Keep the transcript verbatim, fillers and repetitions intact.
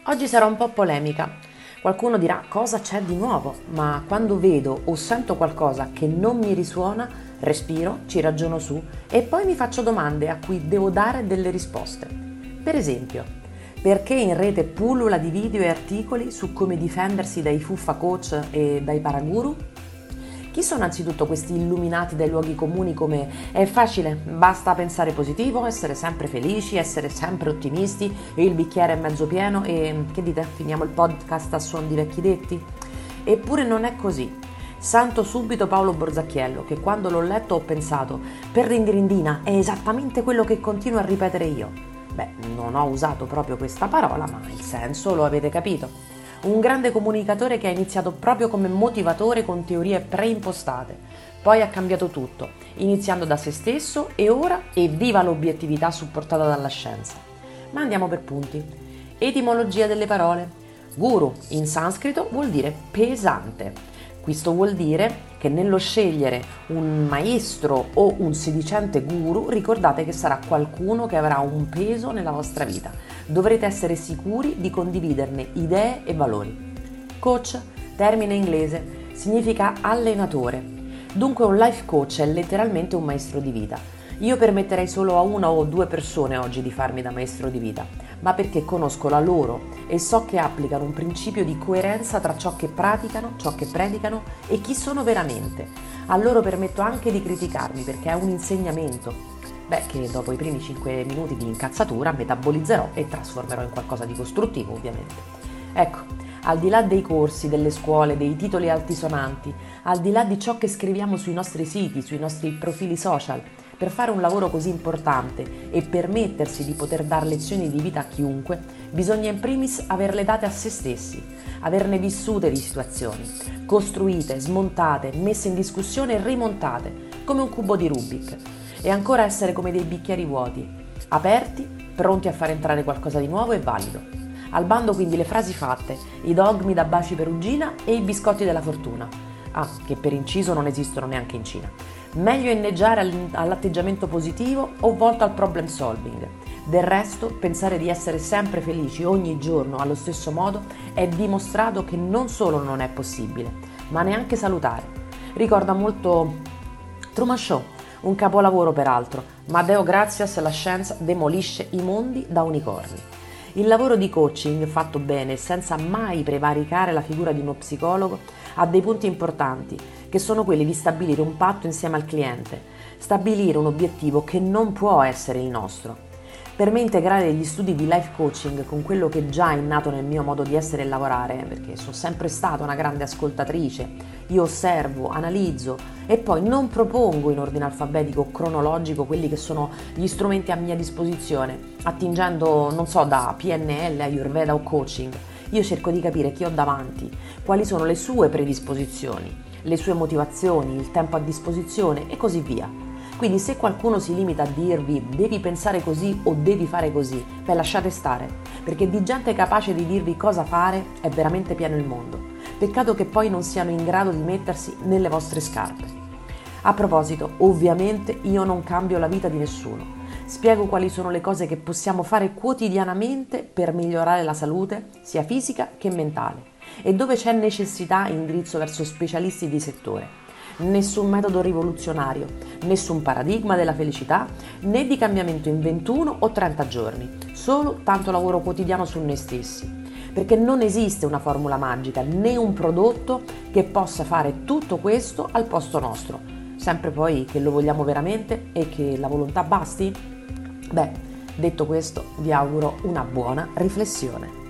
Oggi sarò un po' polemica. Qualcuno dirà cosa c'è di nuovo, ma quando vedo o sento qualcosa che non mi risuona, respiro, ci ragiono su e poi mi faccio domande a cui devo dare delle risposte. Per esempio, perché in rete pullula di video e articoli su come difendersi dai fuffa coach e dai paraguru? Chi sono anzitutto questi illuminati dai luoghi comuni come è facile, basta pensare positivo, essere sempre felici, essere sempre ottimisti e il bicchiere è mezzo pieno e che dite, finiamo il podcast a suon di vecchi detti? Eppure non è così. Santo subito Paolo Borzacchiello che quando l'ho letto ho pensato per ringrindina è esattamente quello che continuo a ripetere io. Beh, non ho usato proprio questa parola, ma il senso lo avete capito. Un grande comunicatore che ha iniziato proprio come motivatore con teorie preimpostate, poi ha cambiato tutto, iniziando da se stesso e ora evviva l'obiettività supportata dalla scienza. Ma andiamo per punti. Etimologia delle parole. Guru in sanscrito vuol dire pesante. Questo vuol dire che nello scegliere un maestro o un sedicente guru ricordate che sarà qualcuno che avrà un peso nella vostra vita. Dovrete essere sicuri di condividerne idee e valori. Coach, termine inglese, significa allenatore. Dunque un life coach è letteralmente un maestro di vita. Io permetterei solo a una o due persone oggi di farmi da maestro di vita, ma perché conosco la loro e so che applicano un principio di coerenza tra ciò che praticano, ciò che predicano e chi sono veramente. A loro permetto anche di criticarmi perché è un insegnamento, beh, che dopo i primi cinque minuti di incazzatura metabolizzerò e trasformerò in qualcosa di costruttivo, ovviamente. Ecco, al di là dei corsi, delle scuole, dei titoli altisonanti, al di là di ciò che scriviamo sui nostri siti, sui nostri profili social, per fare un lavoro così importante e permettersi di poter dar lezioni di vita a chiunque, bisogna in primis averle date a se stessi, averne vissute di situazioni, costruite, smontate, messe in discussione e rimontate, come un cubo di Rubik, e ancora essere come dei bicchieri vuoti, aperti, pronti a far entrare qualcosa di nuovo e valido. Al bando quindi le frasi fatte, i dogmi da baci perugina e i biscotti della fortuna. Ah, che per inciso non esistono neanche in Cina. Meglio inneggiare all'atteggiamento positivo o volto al problem solving. Del resto, pensare di essere sempre felici ogni giorno allo stesso modo è dimostrato che non solo non è possibile, ma neanche salutare. Ricorda molto Truman Show, un capolavoro peraltro, ma Deo gratias la scienza demolisce i mondi da unicorni. Il lavoro di coaching fatto bene, senza mai prevaricare la figura di uno psicologo, ha dei punti importanti, che sono quelli di stabilire un patto insieme al cliente, stabilire un obiettivo che non può essere il nostro. Per me integrare gli studi di life coaching con quello che già è innato nel mio modo di essere e lavorare, perché sono sempre stata una grande ascoltatrice, io osservo, analizzo e poi non propongo in ordine alfabetico o cronologico quelli che sono gli strumenti a mia disposizione, attingendo, non so, da P N L, Ayurveda o coaching. Io cerco di capire chi ho davanti, quali sono le sue predisposizioni, le sue motivazioni, il tempo a disposizione e così via. Quindi se qualcuno si limita a dirvi devi pensare così o devi fare così, beh lasciate stare, perché di gente capace di dirvi cosa fare è veramente pieno il mondo. Peccato che poi non siano in grado di mettersi nelle vostre scarpe. A proposito, ovviamente io non cambio la vita di nessuno. Spiego quali sono le cose che possiamo fare quotidianamente per migliorare la salute, sia fisica che mentale, e dove c'è necessità indirizzo verso specialisti di settore. Nessun metodo rivoluzionario, nessun paradigma della felicità, né di cambiamento in ventuno o trenta giorni, solo tanto lavoro quotidiano su noi stessi, perché non esiste una formula magica né un prodotto che possa fare tutto questo al posto nostro, sempre poi che lo vogliamo veramente e che la volontà basti? Beh, detto questo, vi auguro una buona riflessione.